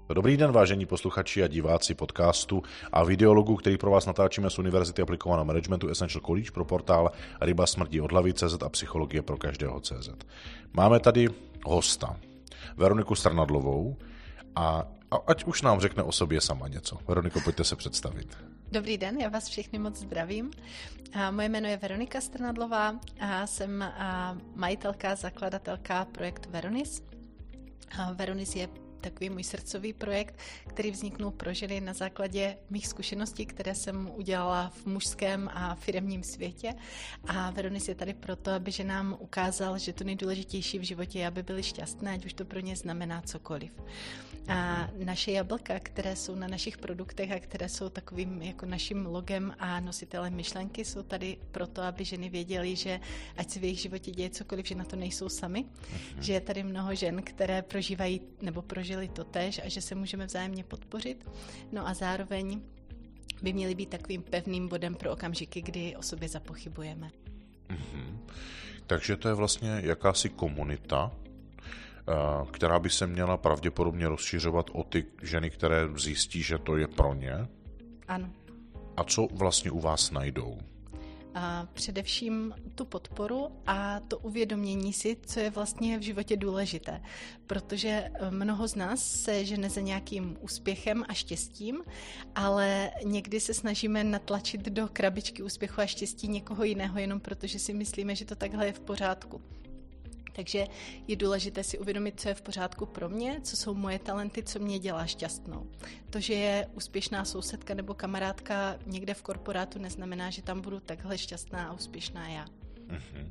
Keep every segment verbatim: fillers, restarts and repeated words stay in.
Dobrý den, vážení posluchači a diváci podcastu a videologu, který pro vás natáčíme z Univerzity aplikovaného managementu Essential College pro portál Ryba smrdí od hlavy tečka cé zet a psychologie pro každého tečka cé zet. Máme tady hosta, Veroniku Strnadlovou, a, a ať už nám řekne o sobě sama něco. Veroniko, pojďte se představit. Dobrý den, já vás všechny moc zdravím. Moje jméno je Veronika Strnadlová a jsem majitelka, zakladatelka projektu Veronis. Veronis je takový můj srdcový projekt, který vzniknul pro ženy na základě mých zkušeností, které jsem udělala v mužském a firemním světě. A Veronis je tady proto, aby ženám ukázal, že to nejdůležitější v životě je, aby byly šťastné, ať už to pro ně znamená cokoliv. A naše jablka, které jsou na našich produktech a které jsou takovým jako naším logem a nositelem myšlenky, jsou tady proto, aby ženy věděly, že ať se v jejich životě děje cokoliv, že na to nejsou sami, uh-huh. že je tady mnoho žen, které prožívají nebo prožili to též a že se můžeme vzájemně podpořit. No a zároveň by měly být takovým pevným bodem pro okamžiky, kdy o sobě zapochybujeme. Uh-huh. Takže to je vlastně jakási komunita, která by se měla pravděpodobně rozšiřovat o ty ženy, které zjistí, že to je pro ně. Ano. A co vlastně u vás najdou? A především tu podporu a to uvědomění si, co je vlastně v životě důležité. Protože mnoho z nás se žene za nějakým úspěchem a štěstím, ale někdy se snažíme natlačit do krabičky úspěchu a štěstí někoho jiného, jenom protože si myslíme, že to takhle je v pořádku. Takže je důležité si uvědomit, co je v pořádku pro mě, co jsou moje talenty, co mě dělá šťastnou. To, že je úspěšná sousedka nebo kamarádka někde v korporátu, neznamená, že tam budu takhle šťastná a úspěšná já. Uh-huh.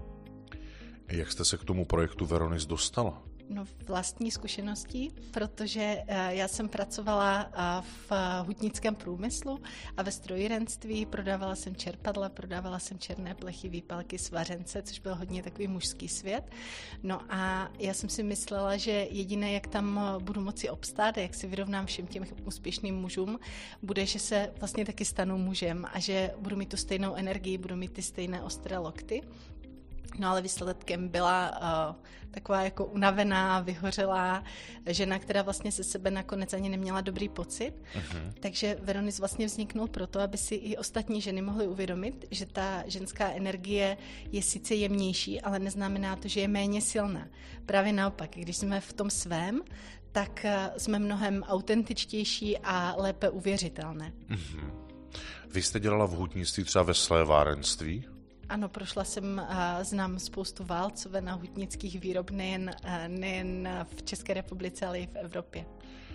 Jak jste se k tomu projektu Veronis dostala? No, vlastní zkušeností, protože já jsem pracovala v hutnickém průmyslu a ve strojírenství, prodávala jsem čerpadla, prodávala jsem černé plechy, výpalky, svařence, což byl hodně takový mužský svět. No a já jsem si myslela, že jediné, jak tam budu moci obstát, jak si vyrovnám všem těm úspěšným mužům, bude, že se vlastně taky stanu mužem a že budu mít tu stejnou energii, budu mít ty stejné ostré lokty. No ale výsledkem byla uh, taková jako unavená, vyhořelá žena, která vlastně se sebe nakonec ani neměla dobrý pocit. Uh-huh. Takže Veronis vlastně vzniknul proto, aby si i ostatní ženy mohly uvědomit, že ta ženská energie je sice jemnější, ale neznamená to, že je méně silná. Právě naopak, když jsme v tom svém, tak uh, jsme mnohem autentičtější a lépe uvěřitelné. Uh-huh. Vy jste dělala v hutnictví třeba ve slévárenství? Ano, prošla jsem, znám spoustu válcoven a hutnických výrob nejen, nejen v České republice, ale i v Evropě.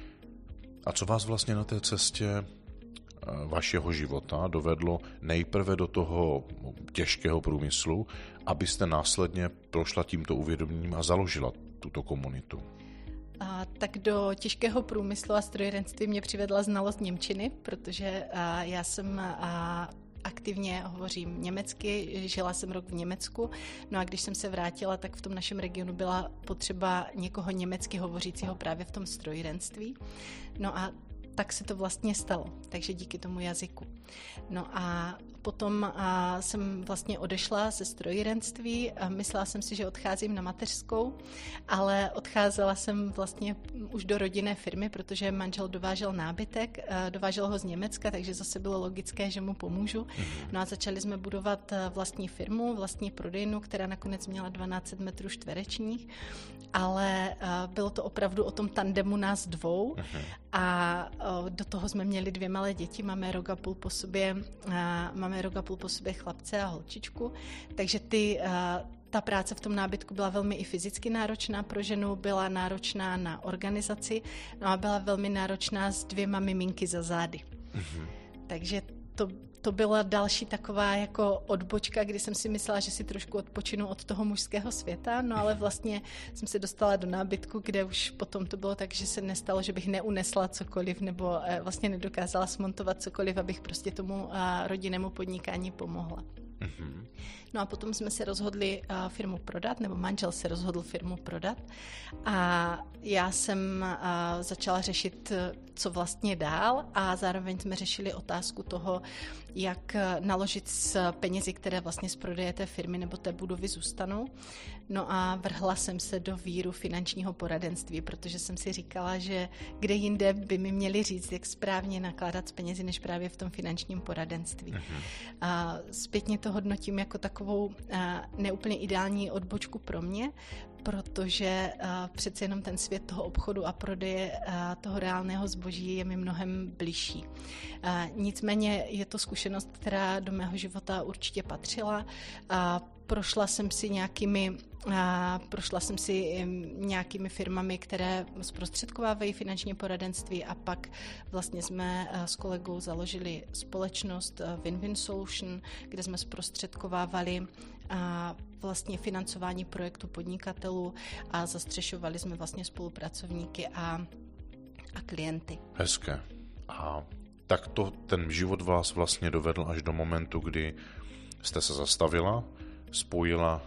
A co vás vlastně na té cestě vašeho života dovedlo nejprve do toho těžkého průmyslu, abyste následně prošla tímto uvědoměním a založila tuto komunitu? A, tak do těžkého průmyslu a strojírenství mě přivedla znalost němčiny, protože a, já jsem a, aktivně hovořím německy, žila jsem rok v Německu, no a když jsem se vrátila, tak v tom našem regionu byla potřeba někoho německy hovořícího právě v tom strojírenství. No a tak se to vlastně stalo, takže díky tomu jazyku. No a potom a, jsem vlastně odešla ze strojírenství a myslela jsem si, že odcházím na mateřskou, ale odcházela jsem vlastně už do rodinné firmy, protože manžel dovážel nábytek, dovážel ho z Německa, takže zase bylo logické, že mu pomůžu. No a začali jsme budovat vlastní firmu, vlastní prodejnu, která nakonec měla dvanáct set metrů čtverečních, ale bylo to opravdu o tom tandemu nás dvou a do toho jsme měli dvě malé děti, máme rok a půl po sobě, máme rok a půl po sobě chlapce a holčičku, takže ty, ta práce v tom nábytku byla velmi i fyzicky náročná pro ženu, byla náročná na organizaci, no a byla velmi náročná s dvěma miminky za zády. Mm-hmm. Takže to, to byla další taková jako odbočka, kdy jsem si myslela, že si trošku odpočinu od toho mužského světa, no ale vlastně jsem se dostala do nábytku, kde už potom to bylo tak, že se nestalo, že bych neunesla cokoliv nebo vlastně nedokázala smontovat cokoliv, abych prostě tomu rodinnému podnikání pomohla. Mm-hmm. No a potom jsme se rozhodli uh, firmu prodat, nebo manžel se rozhodl firmu prodat a já jsem uh, začala řešit, co vlastně dál a zároveň jsme řešili otázku toho, jak naložit s penězi, které vlastně z prodeje té firmy nebo té budovy zůstanou. No a vrhla jsem se do víru finančního poradenství, protože jsem si říkala, že kde jinde by mi měli říct, jak správně nakládat s penězi, než právě v tom finančním poradenství. Uh-huh. A zpětně to hodnotím jako takovou neúplně ideální odbočku pro mě, protože uh, přece jenom ten svět toho obchodu a prodeje uh, toho reálného zboží je mi mnohem bližší. Uh, nicméně je to zkušenost, která do mého života určitě patřila. Uh, prošla jsem si nějakými uh, prošla jsem si um, nějakými firmami, které zprostředkovávají finanční poradenství a pak vlastně jsme uh, s kolegou založili společnost uh, Win-Win Solution, kde jsme zprostředkovávali a vlastně financování projektu podnikatelů a zastřešovali jsme vlastně spolupracovníky a, a klienty. Hezké. A tak to ten život vás vlastně dovedl až do momentu, kdy jste se zastavila, spojila,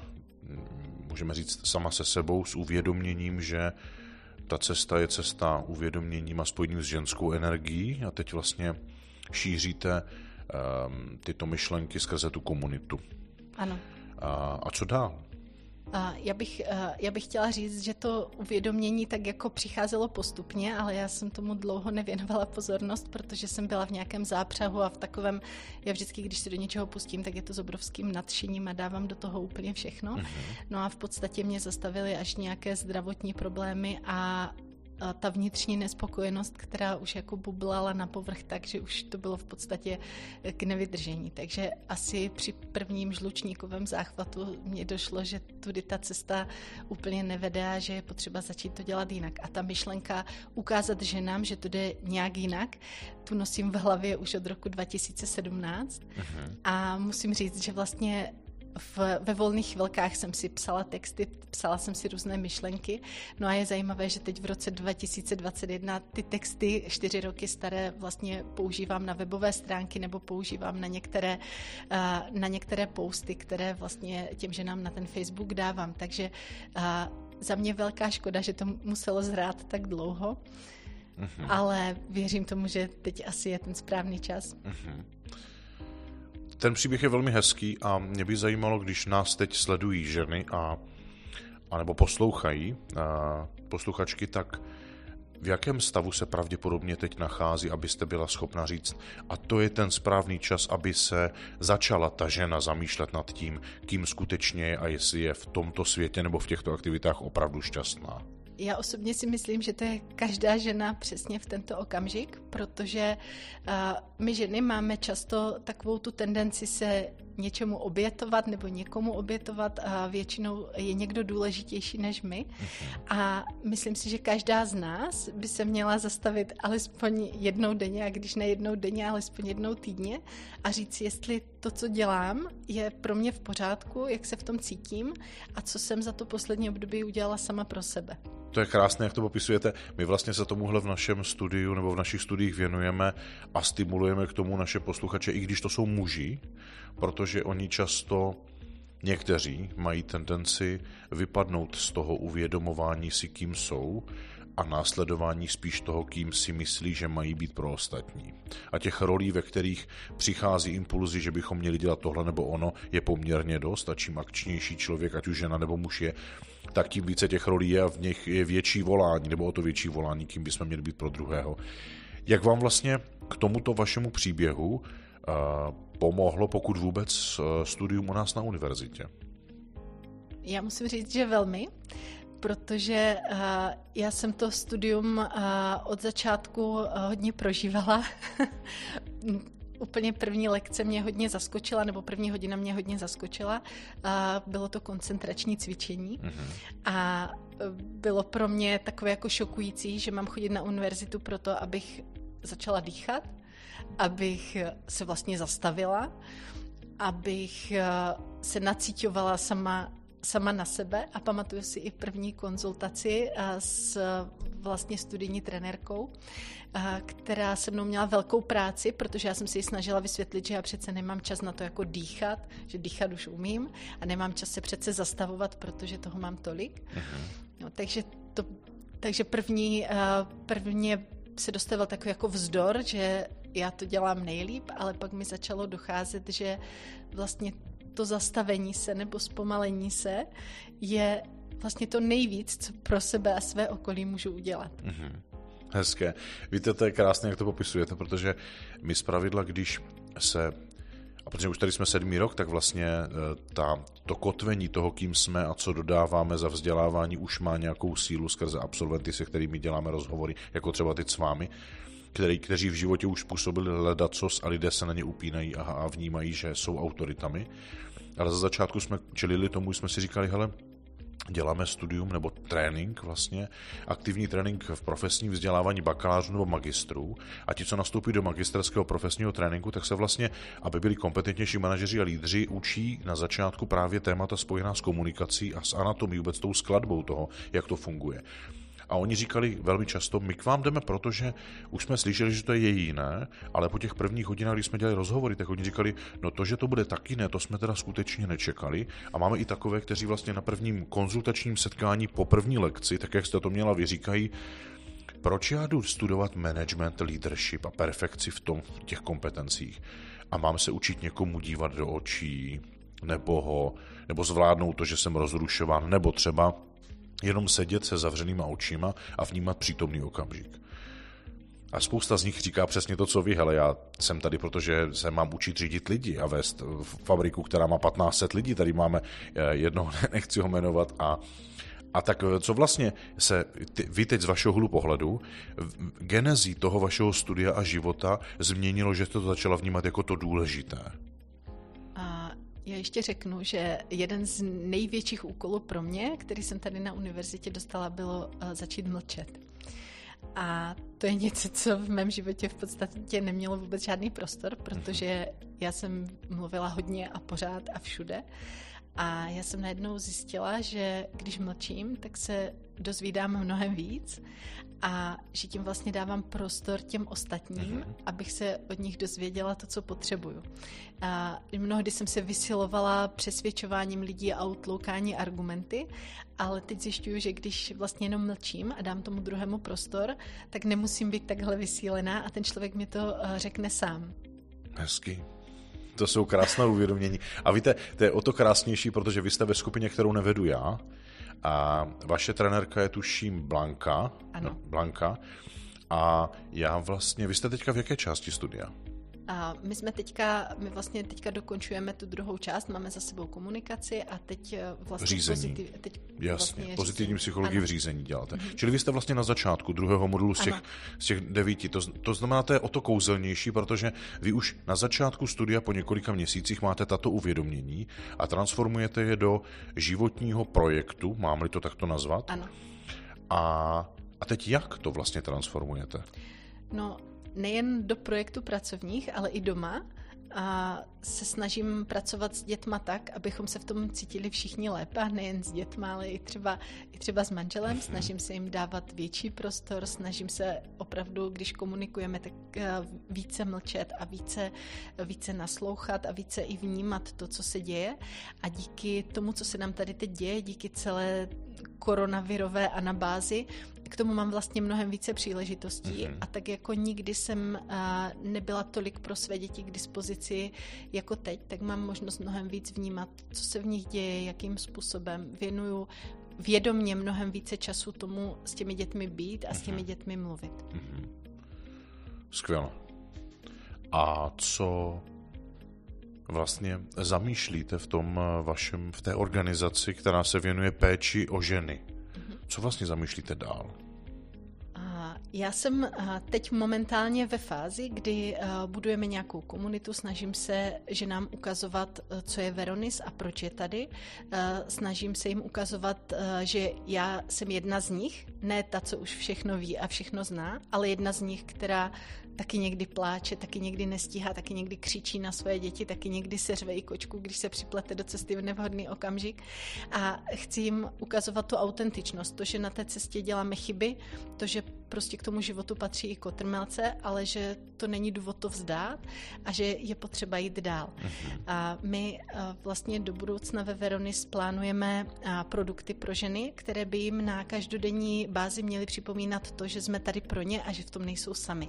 můžeme říct, sama se sebou s uvědoměním, že ta cesta je cesta uvědoměním a spojením s ženskou energií a teď vlastně šíříte um, tyto myšlenky skrze tu komunitu. Ano. A, a co dál? Já bych, já bych chtěla říct, že to uvědomění tak jako přicházelo postupně, ale já jsem tomu dlouho nevěnovala pozornost, protože jsem byla v nějakém zápřahu a v takovém, já vždycky, když se do něčeho pustím, tak je to s obrovským nadšením a dávám do toho úplně všechno. Mm-hmm. No a v podstatě mě zastavily až nějaké zdravotní problémy a ta vnitřní nespokojenost, která už jako bublala na povrch, takže už to bylo v podstatě k nevydržení. Takže asi při prvním žlučníkovém záchvatu mně došlo, že tudy ta cesta úplně nevede a že je potřeba začít to dělat jinak. A ta myšlenka ukázat ženám, že to jde nějak jinak, tu nosím v hlavě už od roku dva tisíce sedmnáct. Uh-huh. A musím říct, že vlastně V, ve volných chvilkách jsem si psala texty, psala jsem si různé myšlenky, no a je zajímavé, že teď v roce dva tisíce dvacet jedna ty texty čtyři roky staré vlastně používám na webové stránky nebo používám na některé, na některé posty, které vlastně těm ženám na ten Facebook dávám, takže za mě velká škoda, že to muselo zrát tak dlouho, uh-huh. ale věřím tomu, že teď asi je ten správný čas. Uh-huh. Ten příběh je velmi hezký a mě by zajímalo, když nás teď sledují ženy a, a nebo poslouchají a posluchačky, tak v jakém stavu se pravděpodobně teď nachází, abyste byla schopna říct, a to je ten správný čas, aby se začala ta žena zamýšlet nad tím, kým skutečně je a jestli je v tomto světě nebo v těchto aktivitách opravdu šťastná. Já osobně si myslím, že to je každá žena přesně v tento okamžik, protože uh, my ženy máme často takovou tu tendenci se něčemu obětovat nebo někomu obětovat a většinou je někdo důležitější než my. A myslím si, že každá z nás by se měla zastavit alespoň jednou denně, a když ne jednou denně, alespoň jednou týdně a říct, jestli to, co dělám, je pro mě v pořádku, jak se v tom cítím a co jsem za to poslední období udělala sama pro sebe. To je krásné, jak to popisujete. My vlastně se tomuhle v našem studiu nebo v našich studiích věnujeme a stimulujeme k tomu naše posluchače, i když to jsou muži, protože oni často, někteří mají tendenci vypadnout z toho uvědomování si, kým jsou a následování spíš toho, kým si myslí, že mají být pro ostatní. A těch rolí, ve kterých přichází impulzy, že bychom měli dělat tohle nebo ono, je poměrně dost a čím akčnější člověk, ať už žena nebo muž je, tak tím více těch rolí je a v nich je větší volání, nebo o to větší volání, kým bychom měli být pro druhého. Jak vám vlastně k tomuto vašemu příběhu uh, pomohlo, pokud vůbec, uh, studium u nás na univerzitě? Já musím říct, že velmi, protože uh, já jsem to studium uh, od začátku uh, hodně prožívala. Úplně první lekce mě hodně zaskočila, nebo první hodina mě hodně zaskočila. A bylo to koncentrační cvičení. Mm-hmm. A bylo pro mě takové jako šokující, že mám chodit na univerzitu proto, abych začala dýchat, abych se vlastně zastavila, abych se nacíťovala sama sama na sebe a pamatuju si i první konzultaci s vlastně studijní trenérkou, která se mnou měla velkou práci, protože já jsem si ji snažila vysvětlit, že já přece nemám čas na to jako dýchat, že dýchat už umím a nemám čas se přece zastavovat, protože toho mám tolik. Uh-huh. No, takže, to, takže první, prvně se dostavil takový jako vzdor, že já to dělám nejlíp, ale pak mi začalo docházet, že vlastně to zastavení se nebo zpomalení se je vlastně to nejvíc, co pro sebe a své okolí můžu udělat. Mm-hmm. Hezké. Víte, to je krásné, jak to popisujete, protože my zpravidla, když se, a protože už tady jsme sedmý rok, tak vlastně ta, to kotvení toho, kým jsme a co dodáváme za vzdělávání, už má nějakou sílu skrze absolventy, se kterými děláme rozhovory, jako třeba teď s vámi, který, kteří v životě už způsobili ledacos a lidé se na ně upínají a, a vnímají, že jsou autoritami. Ale za začátku jsme čelili tomu, jsme si říkali, hele, děláme studium nebo trénink vlastně, aktivní trénink v profesním vzdělávání bakalářů nebo magistrů a ti, co nastoupí do magisterského profesního tréninku, tak se vlastně, aby byli kompetentnější manažeři a lídři, učí na začátku právě témata spojená s komunikací a s anatomií, vůbec tou skladbou toho, jak to funguje. A oni říkali velmi často, my k vám jdeme, protože už jsme slyšeli, že to je jiné, ale po těch prvních hodinách, když jsme dělali rozhovory, tak oni říkali, no to, že to bude taky ne, to jsme teda skutečně nečekali. A máme i takové, kteří vlastně na prvním konzultačním setkání po první lekci, tak jak jste to měla, vy říkají, proč já jdu studovat management, leadership a perfekci v tom, v těch kompetencích a mám se učit někomu dívat do očí, nebo ho, nebo zvládnout to, že jsem rozrušován, nebo třeba jenom sedět se zavřenýma očima a vnímat přítomný okamžik. A spousta z nich říká přesně to, co vy, hele, já jsem tady, protože se mám učit řídit lidi a vést fabriku, která má patnáct set lidí, tady máme jednoho, nechci ho jmenovat, a, a tak co vlastně se, ty, vy teď z vašeho hlu pohledu, genezí toho vašeho studia a života změnilo, že jste to začala vnímat jako to důležité? Já ještě řeknu, že jeden z největších úkolů pro mě, který jsem tady na univerzitě dostala, bylo začít mlčet. A to je něco, co v mém životě v podstatě nemělo vůbec žádný prostor, protože já jsem mluvila hodně a pořád a všude. A já jsem najednou zjistila, že když mlčím, tak se dozvídám mnohem víc a že tím vlastně dávám prostor těm ostatním, mm-hmm. abych se od nich dozvěděla to, co potřebuju. A mnohdy jsem se vysilovala přesvědčováním lidí a utloukání argumenty, ale teď zjišťuju, že když vlastně jenom mlčím a dám tomu druhému prostor, tak nemusím být takhle vysílená a ten člověk mi to řekne sám. Hezky. To jsou krásná uvědomění. A víte, to je o to krásnější, protože vy jste ve skupině, kterou nevedu já, a vaše trenérka je tuším Blanka. Ano. Blanka. A já vlastně, vy jste teďka v jaké části studia? A my jsme teďka, my vlastně teďka dokončujeme tu druhou část, máme za sebou komunikaci a teď vlastně řízení. Pozitiv, teď Jasně, vlastně pozitivní psychologii ano. v řízení děláte. Mm-hmm. Čili vy jste vlastně na začátku druhého modulu z těch, z těch devíti. To, to znamená, to je o to kouzelnější, protože vy už na začátku studia po několika měsících máte tato uvědomění a transformujete je do životního projektu, mám-li to takto nazvat. Ano. A, a teď jak to vlastně transformujete? No, nejen do projektu pracovních, ale i doma. A se snažím pracovat s dětma tak, abychom se v tom cítili všichni lépe, nejen s dětma, ale i třeba, i třeba s manželem. Snažím se jim dávat větší prostor, snažím se opravdu, když komunikujeme, tak více mlčet a více, více naslouchat a více i vnímat to, co se děje. A díky tomu, co se nám tady teď děje, díky celé koronavirové anabázi, k tomu mám vlastně mnohem více příležitostí mm-hmm. a tak jako nikdy jsem uh, nebyla tolik pro své děti k dispozici jako teď, tak mám možnost mnohem víc vnímat, co se v nich děje, jakým způsobem. Věnuju vědomě mnohem více času tomu s těmi dětmi být a mm-hmm. s těmi dětmi mluvit. Mm-hmm. Skvěle. A co vlastně zamýšlíte v tom vašem, v té organizaci, která se věnuje péči o ženy? Co vlastně zamýšlíte dál? Já jsem teď momentálně ve fázi, kdy budujeme nějakou komunitu, snažím se ženám ukazovat, co je Veronis a proč je tady. Snažím se jim ukazovat, že já jsem jedna z nich ne ta, co už všechno ví a všechno zná, ale jedna z nich, která taky někdy pláče, taky někdy nestíhá, taky někdy křičí na své děti, taky někdy seřve i kočku, když se připlete do cesty v nevhodný okamžik. A chci jim ukazovat tu autentičnost, to, že na té cestě děláme chyby, to, že prostě k tomu životu patří i kotrmelce, ale že to není důvod to vzdát a že je potřeba jít dál. A my vlastně do budoucna ve Veronis plánujeme produkty pro ženy, které by jim na každodenní bázi měly připomínat to, že jsme tady pro ně a že v tom nejsou sami.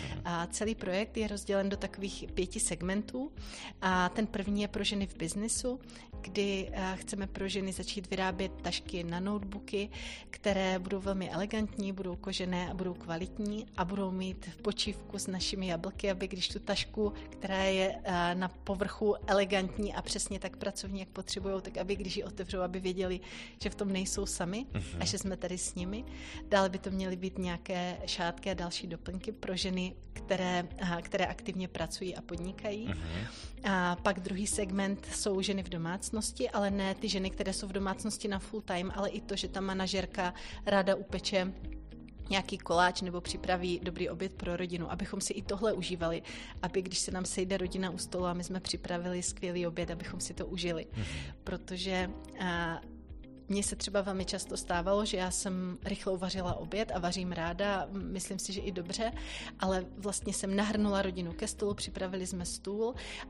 A celý projekt je rozdělen do takových pěti segmentů. A ten první je pro ženy v biznesu, kdy chceme pro ženy začít vyrábět tašky na notebooky, které budou velmi elegantní, budou kožené a budou kvalitní a budou mít v počívku s našimi jablky, aby když tu tašku, která je na povrchu elegantní a přesně tak pracovní, jak potřebujou, tak aby když ji otevřou, aby věděli, že v tom nejsou sami uh-huh. a že jsme tady s nimi. Dále by to měly být nějaké šátky a další doplňky pro ženy, které, které aktivně pracují a podnikají. Uh-huh. A pak druhý segment jsou ženy v domácnosti, ale ne ty ženy, které jsou v domácnosti na full time, ale i to, že ta manažerka ráda upeče nějaký koláč nebo připraví dobrý oběd pro rodinu, abychom si i tohle užívali, aby když se nám sejde rodina u stolu a my jsme připravili skvělý oběd, abychom si to užili. Mm-hmm. Protože a, mně se třeba velmi často stávalo, že já jsem rychle uvařila oběd a vařím ráda, myslím si, že i dobře, ale vlastně jsem nahrnula rodinu ke stolu, připravili jsme stůl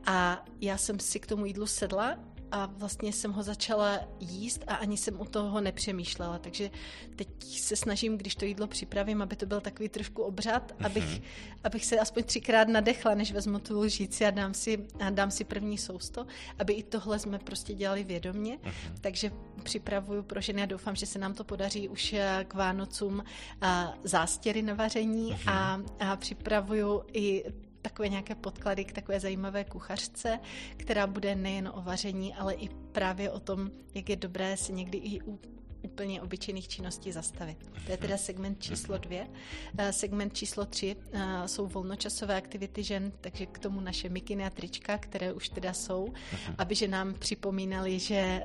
a já jsem si k tomu jídlu sedla a vlastně jsem ho začala jíst a ani jsem u toho nepřemýšlela. Takže teď se snažím, když to jídlo připravím, aby to byl takový trošku obřad, mm-hmm. abych, abych se aspoň třikrát nadechla, než vezmu tu lžíci a dám si, a dám si první sousto, aby i tohle jsme prostě dělali vědomě. Mm-hmm. Takže připravuju pro ženy a doufám, že se nám to podaří už k Vánocům zástěry na vaření mm-hmm. a, a připravuju i takové nějaké podklady k takové zajímavé kuchařce, která bude nejen o vaření, ale i právě o tom, jak je dobré si někdy i u úplně obyčejných činností zastavit. To je teda segment číslo dvě. Segment číslo tři jsou volnočasové aktivity žen, takže k tomu naše mikiny a trička, které už teda jsou, aby že nám připomínali, že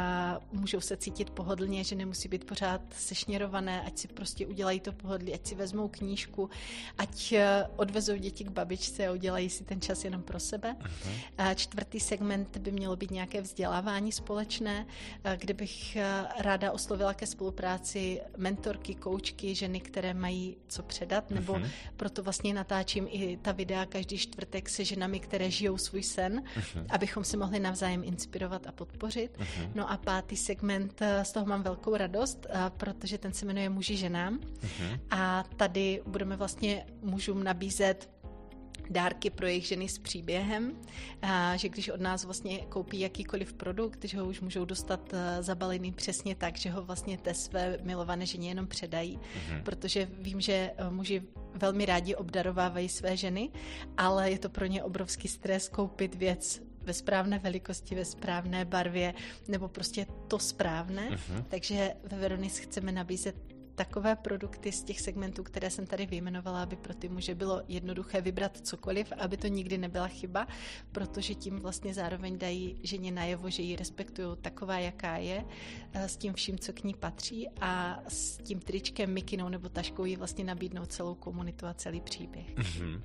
můžou se cítit pohodlně, že nemusí být pořád sešněrované, ať si prostě udělají to pohodlí, ať si vezmou knížku, ať odvezou děti k babičce a udělají si ten čas jenom pro sebe. Čtvrtý segment by mělo být nějaké vzdělávání společné, kde bych ráda oslovila ke spolupráci mentorky, koučky, ženy, které mají co předat, nebo uh-huh. proto vlastně natáčím i ta videa každý čtvrtek se ženami, které žijou svůj sen, uh-huh. abychom se mohli navzájem inspirovat a podpořit. Uh-huh. No a pátý segment, z toho mám velkou radost, protože ten se jmenuje Muži ženám uh-huh. a tady budeme vlastně mužům nabízet dárky pro jejich ženy s příběhem, a že když od nás vlastně koupí jakýkoliv produkt, že ho už můžou dostat zabalený přesně tak, že ho vlastně té své milované ženě jenom předají, mm-hmm. protože vím, že muži velmi rádi obdarovávají své ženy, ale je to pro ně obrovský stres koupit věc ve správné velikosti, ve správné barvě, nebo prostě to správné. Mm-hmm. Takže ve Veronis chceme nabízet takové produkty z těch segmentů, které jsem tady vyjmenovala, aby pro ty muže bylo jednoduché vybrat cokoliv, aby to nikdy nebyla chyba, protože tím vlastně zároveň dají ženě najevo, že ji respektují taková, jaká je, s tím vším, co k ní patří a s tím tričkem, mikinou nebo taškou jí vlastně nabídnou celou komunitu a celý příběh. Mm-hmm.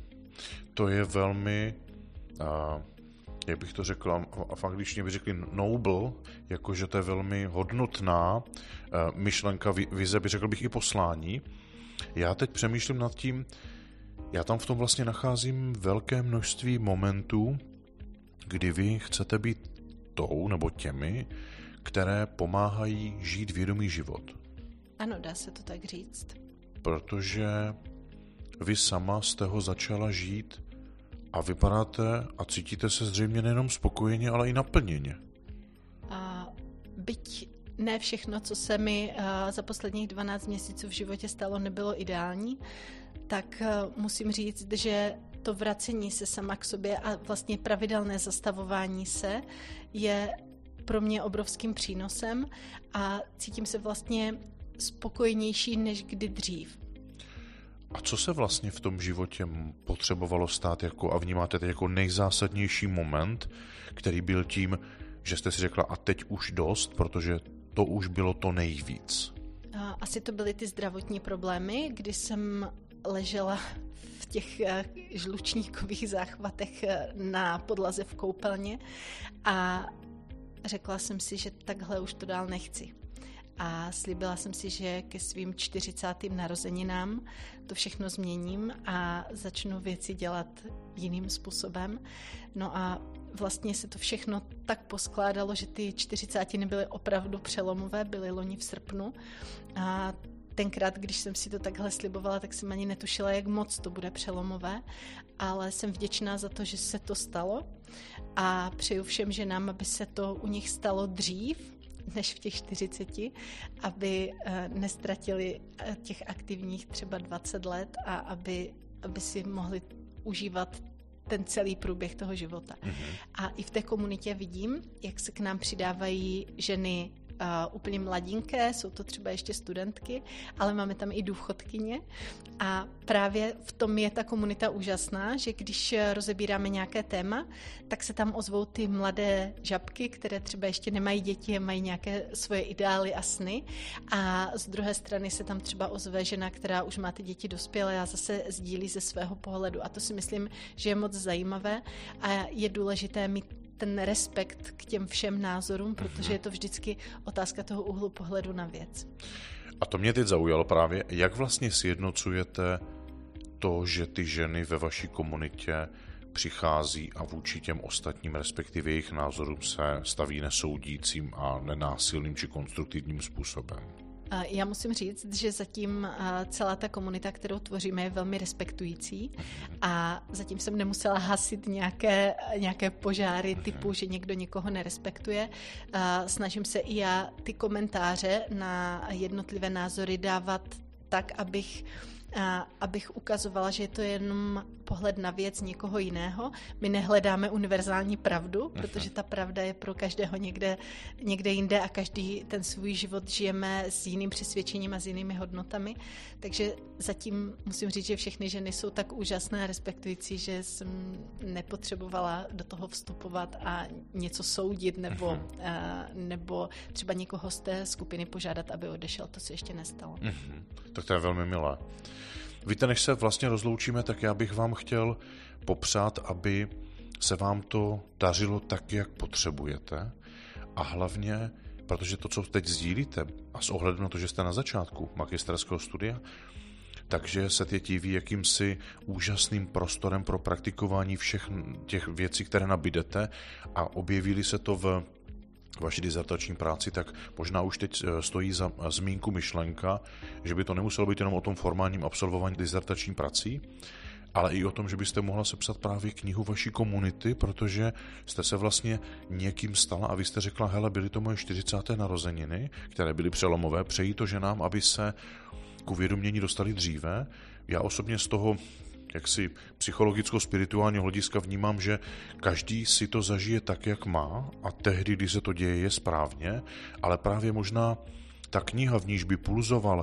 To je velmi... Uh... jak bych to řekl, a fakt, když mě by řekli noble, jakože to je velmi hodnotná myšlenka, vize, by řekl bych i poslání. Já teď přemýšlím nad tím, já tam v tom vlastně nacházím velké množství momentů, kdy vy chcete být tou nebo těmi, které pomáhají žít vědomý život. Ano, dá se to tak říct. Protože vy sama jste ho začala žít a vypadáte a cítíte se zřejmě nejenom spokojeně, ale i naplněně. A byť ne všechno, co se mi za posledních dvanáct měsíců v životě stalo, nebylo ideální, tak musím říct, že to vracení se sama k sobě a vlastně pravidelné zastavování se je pro mě obrovským přínosem a cítím se vlastně spokojenější než kdy dřív. A co se vlastně v tom životě potřebovalo stát jako, a vnímáte teď jako nejzásadnější moment, který byl tím, že jste si řekla a teď už dost, protože to už bylo to nejvíc? Asi to byly ty zdravotní problémy, kdy jsem ležela v těch žlučníkových záchvatech na podlaze v koupelně a řekla jsem si, že takhle už to dál nechci. A slíbila jsem si, že ke svým čtyřicátým narozeninám to všechno změním a začnu věci dělat jiným způsobem. No a vlastně se to všechno tak poskládalo, že ty čtyřicátiny byly opravdu přelomové, byly loni v srpnu. A tenkrát, když jsem si to takhle slibovala, tak jsem ani netušila, jak moc to bude přelomové, ale jsem vděčná za to, že se to stalo a přeju všem ženám, aby se to u nich stalo dřív, než v těch čtyřiceti, aby nestratili těch aktivních třeba dvacet let a aby, aby si mohli užívat ten celý průběh toho života. Mm-hmm. A i v té komunitě vidím, jak se k nám přidávají ženy Uh, úplně mladinké, jsou to třeba ještě studentky, ale máme tam i důchodkyně a právě v tom je ta komunita úžasná, že když rozebíráme nějaké téma, tak se tam ozvou ty mladé žabky, které třeba ještě nemají děti a mají nějaké svoje ideály a sny a z druhé strany se tam třeba ozve žena, která už má ty děti dospělé a zase sdílí ze svého pohledu a to si myslím, že je moc zajímavé a je důležité mít ten respekt k těm všem názorům, protože je to vždycky otázka toho úhlu pohledu na věc. A to mě teď zaujalo právě, jak vlastně sjednocujete to, že ty ženy ve vaší komunitě přichází a vůči těm ostatním, respektive jejich názorům se staví nesoudícím a nenásilným či konstruktivním způsobem. Já musím říct, že zatím celá ta komunita, kterou tvoříme, je velmi respektující a zatím jsem nemusela hasit nějaké, nějaké požáry typu, že někdo někoho nerespektuje. Snažím se i já ty komentáře na jednotlivé názory dávat tak, abych A abych ukazovala, že je to jenom pohled na věc někoho jiného. My nehledáme univerzální pravdu, protože ta pravda je pro každého někde, někde jinde a každý ten svůj život žijeme s jiným přesvědčením a s jinými hodnotami. Takže zatím musím říct, že všechny ženy jsou tak úžasné a respektující, že jsem nepotřebovala do toho vstupovat a něco soudit nebo, a, nebo třeba někoho z té skupiny požádat, aby odešel. To se ještě nestalo. Mm-hmm. Tak to je velmi milé. Víte, než se vlastně rozloučíme, tak já bych vám chtěl popřát, aby se vám to dařilo tak, jak potřebujete a hlavně, protože to, co teď sdílíte a s ohledem na to, že jste na začátku magisterského studia, takže se teď jeví jakýmsi úžasným prostorem pro praktikování všech těch věcí, které nabídete a objevili se to v vaší dizertační práci, tak možná už teď stojí za zmínku myšlenka, že by to nemuselo být jenom o tom formálním absolvování dizertační prací, ale i o tom, že byste mohla sepsat právě knihu vaší komunity, protože jste se vlastně někým stala a vy jste řekla, hele, byly to moje čtyřicáté narozeniny, které byly přelomové, přejí to ženám, aby se k uvědomění dostali dříve. Já osobně z toho jaksi psychologicko-spirituálního hlediska vnímám, že každý si to zažije tak, jak má a tehdy, kdy se to děje, je správně, ale právě možná ta kniha, v níž by pulzoval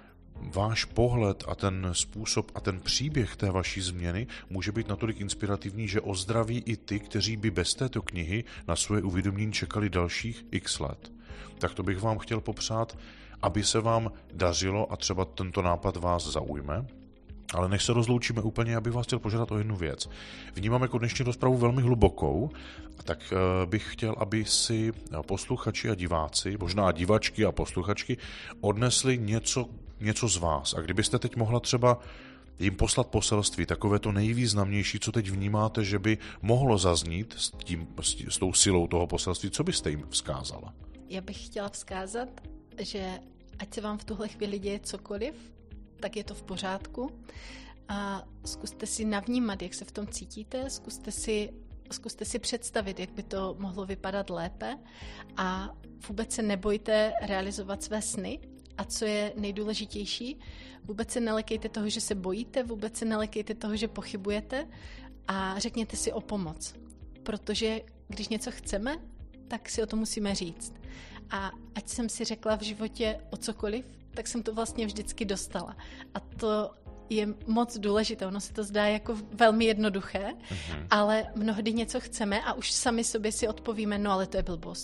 váš pohled a ten způsob a ten příběh té vaší změny může být natolik inspirativní, že ozdraví i ty, kteří by bez této knihy na svoje uvědomění čekali dalších x let. Tak to bych vám chtěl popřát, aby se vám dařilo a třeba tento nápad vás zaujme. Ale než se rozloučíme úplně, abych vás chtěl požádat o jednu věc. Vnímám jako dnešní rozpravu velmi hlubokou, tak bych chtěl, aby si posluchači a diváci, možná divačky a posluchačky, odnesli něco, něco z vás. A kdybyste teď mohla třeba jim poslat poselství, takové to nejvýznamnější, co teď vnímáte, že by mohlo zaznít s, tím, s tou silou toho poselství, co byste jim vzkázala? Já bych chtěla vzkázat, že ať se vám v tuhle chvíli děje cokoliv, tak je to v pořádku a zkuste si navnímat, jak se v tom cítíte, zkuste si, zkuste si představit, jak by to mohlo vypadat lépe a vůbec se nebojte realizovat své sny a co je nejdůležitější, vůbec se nelekejte toho, že se bojíte, vůbec se nelekejte toho, že pochybujete a řekněte si o pomoc, protože když něco chceme, tak si o to musíme říct. A ať jsem si řekla v životě o cokoliv, tak jsem to vlastně vždycky dostala. A to je moc důležité. Ono se to zdá jako velmi jednoduché, mm-hmm. ale mnohdy něco chceme a už sami sobě si odpovíme, no ale to je blbost.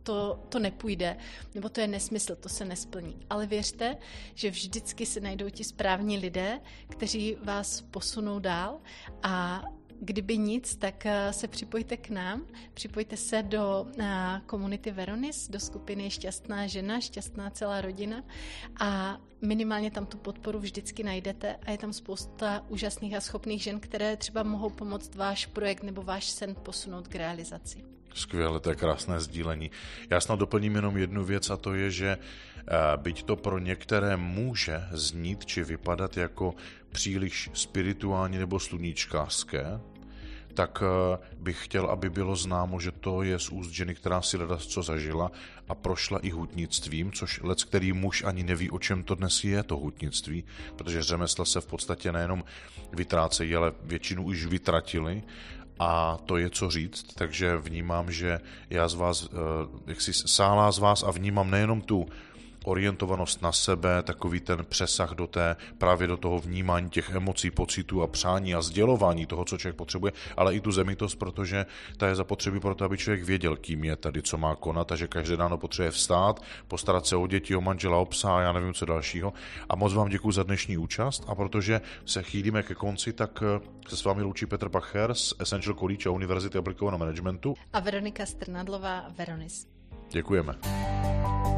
to, to nepůjde, nebo to je nesmysl, to se nesplní. Ale věřte, že vždycky se najdou ti správní lidé, kteří vás posunou dál a kdyby nic, tak se připojte k nám, připojte se do komunity Veronis, do skupiny Šťastná žena, šťastná celá rodina a minimálně tam tu podporu vždycky najdete a je tam spousta úžasných a schopných žen, které třeba mohou pomoct váš projekt nebo váš sen posunout k realizaci. Skvěle, to je krásné sdílení. Já snad doplním jenom jednu věc a to je, že byť to pro některé může znít či vypadat jako příliš spirituální nebo sluníčkářské, tak bych chtěl, aby bylo známo, že to je z úst ženy, která si ledacos zažila a prošla i hutnictvím, což leckterý muž ani neví, o čem to dnes je, to hutnictví, protože řemesla se v podstatě nejenom vytrácejí, ale většinu už vytratili. A to je co říct, takže vnímám, že já z vás, jak si sálá z vás a vnímám nejenom tu orientovanost na sebe, takový ten přesah do té, právě do toho vnímání těch emocí, pocitů a přání a sdělování toho, co člověk potřebuje, ale i tu zemitost, protože ta je zapotřebí pro to, aby člověk věděl, kým je tady, co má konat, a že každé ráno potřebuje vstát, postarat se o děti, o manžela, o psa a já nevím, co dalšího. A moc vám děkuji za dnešní účast a protože se chýlíme ke konci, tak se s vámi loučí Petr Pacher z Essential College a Univerzity aplikovaného managementu a Veronika Strnadlová, Veronis. Děkujeme.